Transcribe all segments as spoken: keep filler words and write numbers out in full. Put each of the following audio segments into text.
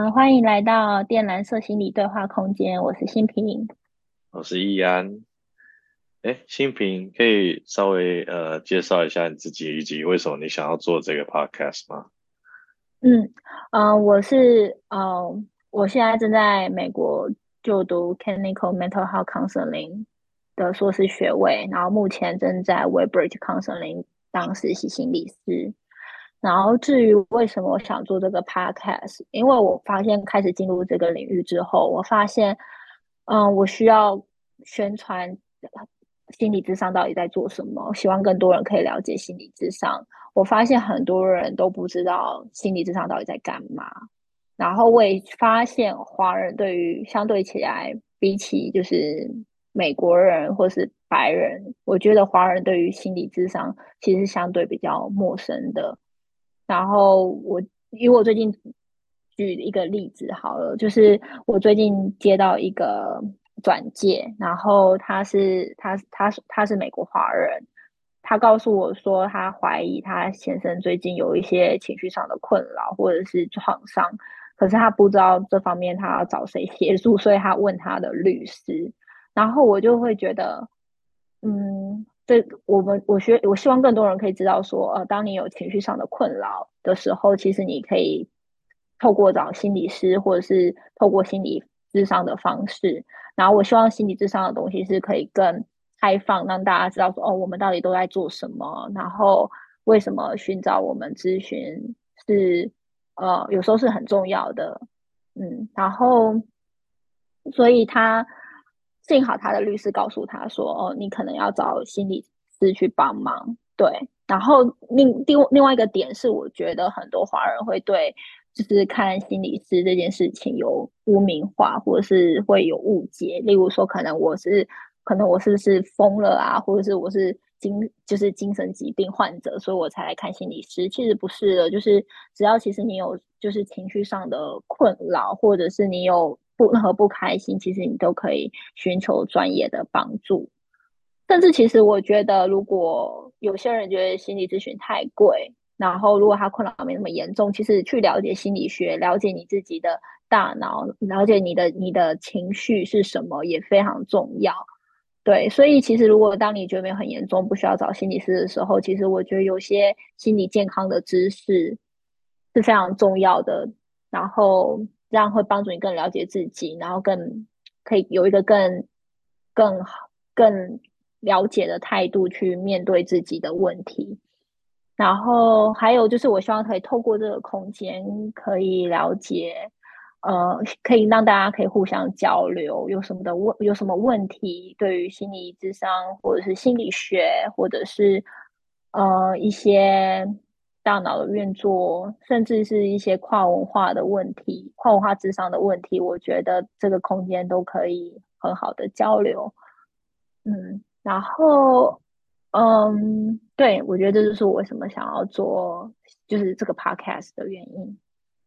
好，欢迎来到靛蓝色心理对话空间，我是新平。 我是易安。哎，新平，可以稍微呃介绍一下你自己以及为什么你想要做这个 podcast 吗？ 嗯，呃，我是呃，我现在正在美国就读 Clinical Mental Health Counseling 的硕士学位，然后目前正在 Weybridge Counseling 当实习心理师。然后至于为什么我想做这个 podcast，因为我发现开始进入这个领域之后，我发现，嗯，我需要宣传心理智商到底在做什么，希望更多人可以了解心理智商。我发现很多人都不知道心理智商到底在干嘛。然后我也发现华人对于相对起来，比起就是美国人或是白人，我觉得华人对于心理智商其实相对比较陌生的。然后我以我最近举一个例子好了，就是我最近接到一个转介，然后他是他他他是美国华人，他告诉我说他怀疑他先生最近有一些情绪上的困扰或者是创伤，可是他不知道这方面他要找谁协助，所以他问他的律师。然后我就会觉得，嗯，这我们我学我希望更多人可以知道说，呃，当你有情绪上的困扰的时候，其实你可以透过找心理师，或者是透过心理咨商的方式。然后我希望心理咨商的东西是可以更开放，让大家知道说，哦，我们到底都在做什么，然后为什么寻找我们咨询是呃有时候是很重要的。嗯，然后所以他幸好他的律师告诉他说，哦，你可能要找心理师去帮忙。对，然后另另另外一个点是，我觉得很多华人会对就是看心理师这件事情有污名化，或者是会有误解。例如说，可能我是可能我是不是疯了啊，或者是我是精就是精神疾病患者，所以我才来看心理师。其实不是的，就是只要其实你有就是情绪上的困扰，或者是你有不任何不开心，其实你都可以寻求专业的帮助。甚至其实我觉得，如果有些人觉得心理咨询太贵，然后如果他困扰没那么严重，其实去了解心理学，了解你自己的大脑，了解你的你的情绪是什么，也非常重要。对，所以其实如果当你觉得没有很严重，不需要找心理师的时候，其实我觉得有些心理健康的知识是非常重要的，然后这样会帮助你更了解自己，然后更可以有一个更更好、更了解的态度去面对自己的问题。然后还有就是，我希望可以透过这个空间，可以了解，呃，可以让大家可以互相交流，有什么的问，有什么问题，对于心理智商或者是心理学，或者是呃一些大脑的运作，甚至是一些跨文化的问题、跨文化智商的问题，我觉得这个空间都可以很好的交流。嗯，然后，嗯，对，我觉得这就是我为什么想要做，就是这个 podcast 的原因。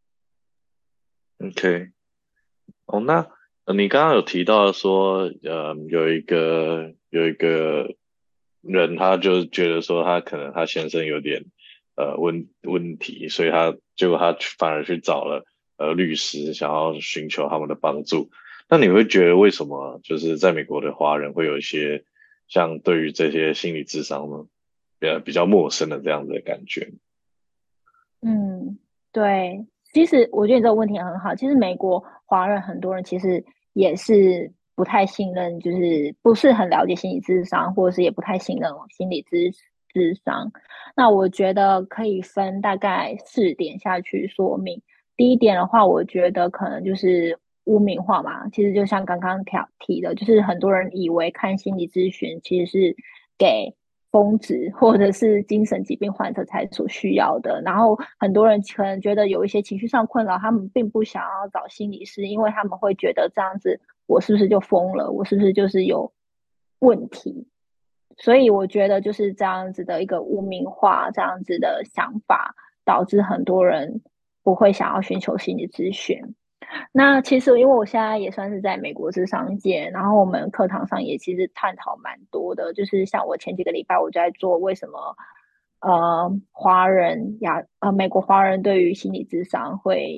OK。哦，那呃你刚刚有提到说，呃，有一个有一个人，他就觉得说他可能他先生有点呃问问题，所以他结果他去反而去找了呃律师，想要寻求他们的帮助。那你会觉得为什么就是在美国的华人会有一些像对于这些心理智商呢，呃比较陌生的这样子的感觉？ 嗯，对，其实我觉得你这个问题很好。其实美国华人很多人其实也是不太信任，就是不是很了解心理智商，或者是也不太信任心理智智商。那我觉得可以分大概四点下去说明。第一点的话，我觉得可能就是污名化嘛。其实就像刚刚提提的，就是很多人以为看心理咨询其实是给疯子或者是精神疾病患者才所需要的。然后很多人可能觉得有一些情绪上困扰，他们并不想要找心理师，因为他们会觉得这样子，我是不是就疯了？我是不是就是有问题？所以我觉得就是这样子的一个污名化，这样子的想法，导致很多人不会想要寻求心理咨询。那其实因为我现在也算是在美国智商界，然后我们课堂上也其实探讨蛮多的，就是像我前几个礼拜我就在做为什么呃华人亚呃美国华人对于心理智商会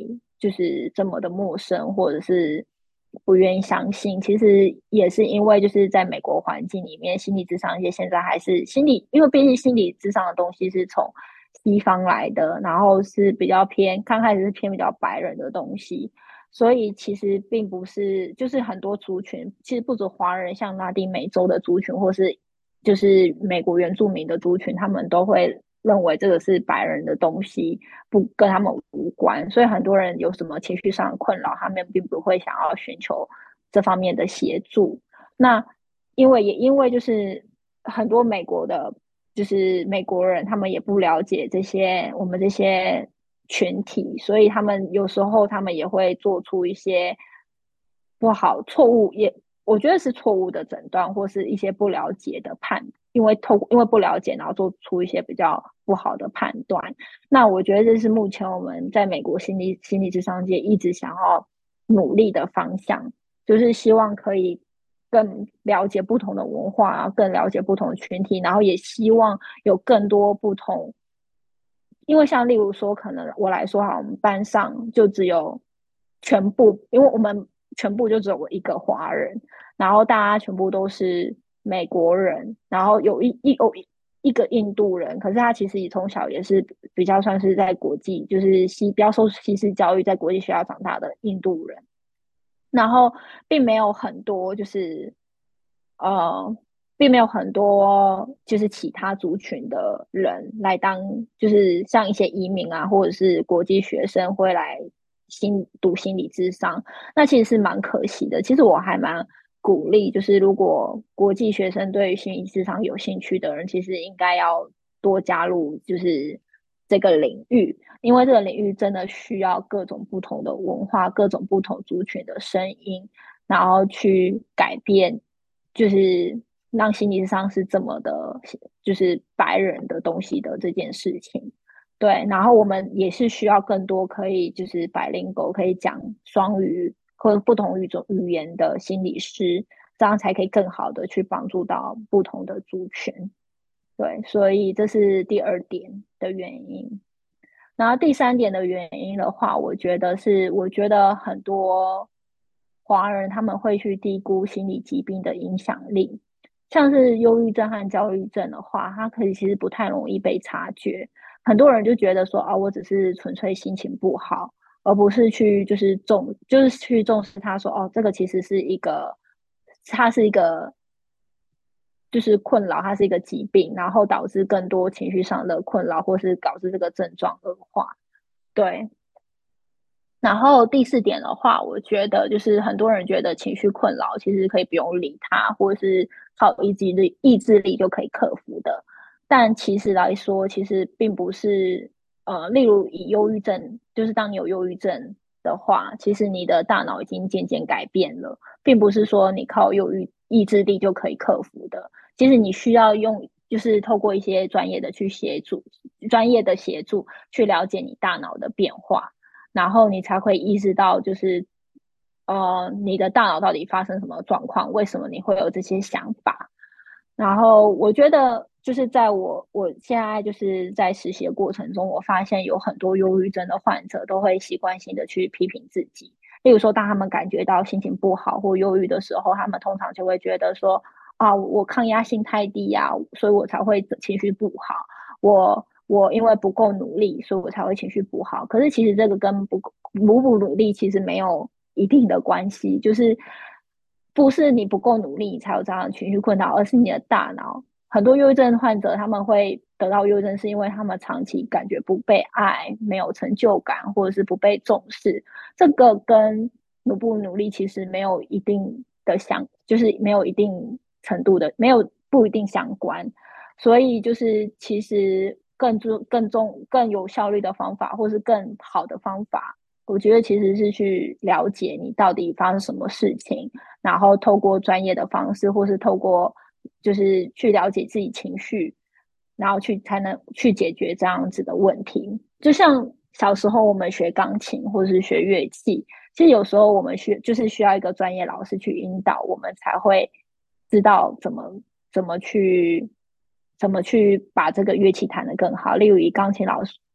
就是这么的陌生，或者是不愿意相信。其实也是因为就是在美国环境里面，心理智商业现在还是心理，因为毕竟心理智商的东西是从西方来的，然后是比较偏，刚开始是偏比较白人的东西。所以其实并不是，就是很多族群，其实不止华人，像拉丁美洲的族群，或是就是美国原住民的族群，他们都会认为这个是白人的东西，不跟他们无关。所以很多人有什么情绪上的困扰，他们并不会想要寻求这方面的协助。那因为也因为就是很多美国的，就是美国人，他们也不了解这些我们这些群体，所以他们有时候他们也会做出一些不好、错误，也我觉得是错误的诊断，或是一些不了解的判，因为透因为不了解，然后做出一些比较不好的判断。那我觉得这是目前我们在美国心理心理智商界一直想要努力的方向，就是希望可以更了解不同的文化，更了解不同的群体，然后也希望有更多不同。因为像例如说，可能我来说哈，我们班上就只有全部，因为我们全部就只有我一个华人，然后大家全部都是美国人，然后有一一有一一个印度人，可是他其实也从小也是比较算是在国际，就是西比较受西式教育，在国际学校长大的印度人，然后并没有很多就是呃，并没有很多就是其他族群的人来当，就是像一些移民啊，或者是国际学生会来心读心理咨商，那其实是蛮可惜的。其实我还蛮鼓励，就是如果国际学生对于心理咨商有兴趣的人，其实应该要多加入，就是这个领域，因为这个领域真的需要各种不同的文化、各种不同族群的声音，然后去改变，就是让心理上是这么的，就是白人的东西的这件事情。对，然后我们也是需要更多可以就是百灵狗可以讲双语或者不同语种语言的心理师，这样才可以更好的去帮助到不同的族群。对，所以这是第二点的原因。然后第三点的原因的话，我觉得是，我觉得很多华人他们会去低估心理疾病的影响力，像是忧郁症和焦虑症的话，它可以其实不太容易被察觉。很多人就觉得说，啊，我只是纯粹心情不好，而不是去就是重就是去重视他说，哦，这个其实是一个，它是一个就是困扰，它是一个疾病，然后导致更多情绪上的困扰，或是导致这个症状恶化。对，然后第四点的话，我觉得就是很多人觉得情绪困扰其实可以不用理它，或者是靠意志力意志力就可以克服的。但其实来说，其实并不是呃，例如以忧郁症，就是当你有忧郁症的话，其实你的大脑已经渐渐改变了，并不是说你靠忧郁意志力就可以克服的。其实你需要用，就是透过一些专业的去协助，专业的协助去了解你大脑的变化。然后你才会意识到，就是呃，你的大脑到底发生什么状况，为什么你会有这些想法。然后我觉得，就是在我我现在就是在实习的过程中，我发现有很多忧郁症的患者都会习惯性的去批评自己。例如说，当他们感觉到心情不好或忧郁的时候，他们通常就会觉得说，啊，我抗压性太低呀、啊，所以我才会情绪不好。我我因为不够努力，所以我才会情绪不好。可是其实这个跟不努不努力其实没有一定的关系，就是不是你不够努力你才有这样的情绪困扰，而是你的大脑。很多忧郁症患者他们会得到忧郁症，是因为他们长期感觉不被爱、没有成就感，或者是不被重视。这个跟努不努力其实没有一定的相，就是没有一定程度的，没有不一定相关。所以就是其实更重、更重、更有效率的方法，或是更好的方法，我觉得其实是去了解你到底发生什么事情，然后透过专业的方式，或是透过就是去了解自己情绪，然后去才能去解决这样子的问题。就像小时候我们学钢琴或是学乐器，其实有时候我们需就是需要一个专业老师去引导，我们才会知道怎么怎么去怎么去把这个乐器弹得更好。例如以钢琴老师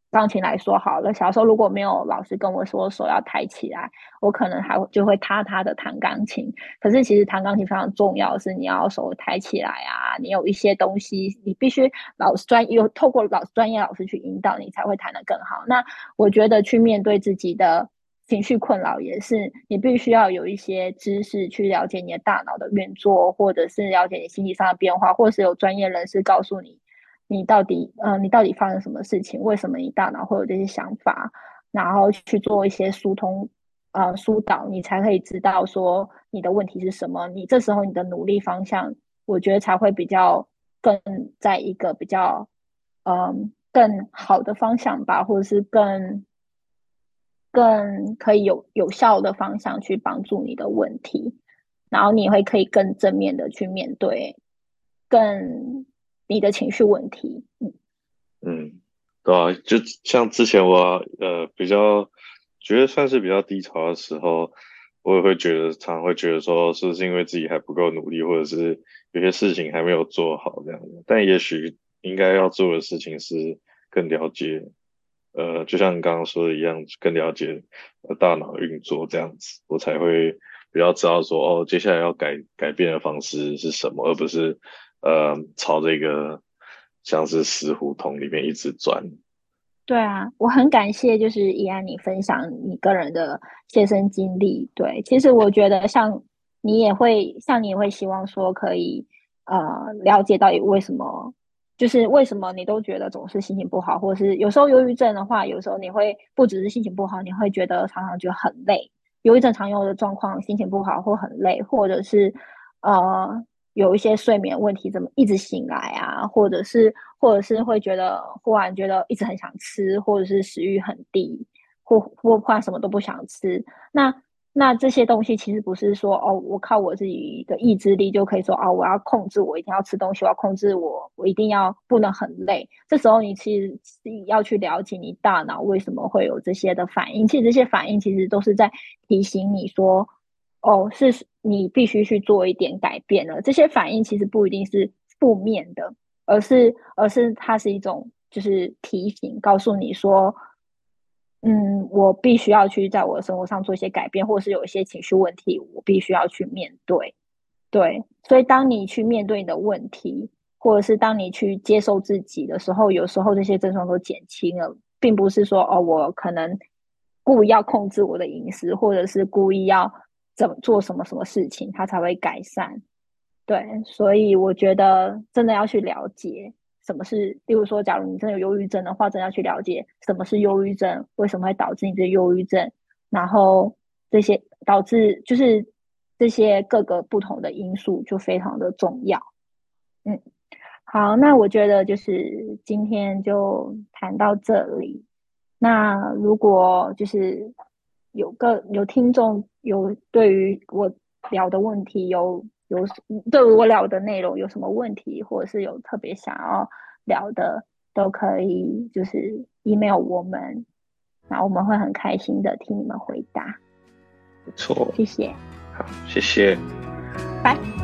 钢琴来说好了，小时候如果没有老师跟我说手要抬起来，我可能还就会踏踏的弹钢琴。可是其实弹钢琴非常重要的是你要手抬起来啊，你有一些东西你必须老师专有透过老专业老师去引导你才会弹得更好。那我觉得去面对自己的情绪困扰也是你必须要有一些知识去了解你的大脑的运作，或者是了解你心理上的变化，或是有专业人士告诉你你到底呃你到底发生什么事情，为什么你大脑会有这些想法，然后去做一些疏通呃疏导，你才可以知道说你的问题是什么，你这时候你的努力方向我觉得才会比较更在一个比较嗯更好的方向吧，或者是更更可以有有效的方向去帮助你的问题，然后你会可以更正面的去面对更你的情绪问题。嗯嗯，对啊，就像之前我呃比较觉得算是比较低潮的时候，我也会觉得常常会觉得说，是不是因为自己还不够努力，或者是有些事情还没有做好这样子。但也许应该要做的事情是更了解，呃，就像你刚刚说的一样，更了解呃大脑运作这样子，我才会比较知道说，哦，接下来要改改变的方式是什么，而不是呃朝这个像是死胡同里面一直转。 对啊，我很感谢就是怡安你分享你个人的切身经历。对，其实我觉得像你也会像你也会希望说可以呃了解到底为什么，就是为什么你都觉得总是心情不好，或者是有时候忧郁症的话，有时候你会不只是心情不好，你会觉得常常觉得很累。忧郁症常有的状况，心情不好或很累，或者是呃有一些睡眠问题，怎么一直醒来啊，或者是或者是会觉得忽然觉得一直很想吃，或者是食欲很低，或或忽然什么都不想吃。那那这些东西其实不是说哦，我靠我自己的意志力就可以说哦，我要控制，我一定要吃东西，我要控制我，我一定要不能很累。这时候你其实要去了解你大脑为什么会有这些的反应，其实这些反应其实都是在提醒你说哦，是你必须去做一点改变了。这些反应其实不一定是负面的，而是而是它是一种就是提醒，告诉你说，嗯，我必须要去在我的生活上做一些改变，或是有一些情绪问题，我必须要去面对。对，所以当你去面对你的问题，或者是当你去接受自己的时候，有时候这些症状都减轻了，并不是说哦，我可能故意要控制我的饮食，或者是故意要怎么做什么什么事情，它才会改善。对，所以我觉得真的要去了解什么是，例如说，假如你真的有忧郁症的话，真的要去了解什么是忧郁症，为什么会导致你这忧郁症，然后这些导致就是这些各个不同的因素就非常的重要。嗯，好，那我觉得就是今天就谈到这里。那如果就是有个有听众有对于我聊的问题有有对于我聊的内容有什么问题，或者是有特别想要聊的，都可以就是 email 我们，那我们会很开心的听你们回答。 没错， 谢谢， 好，谢谢。 拜。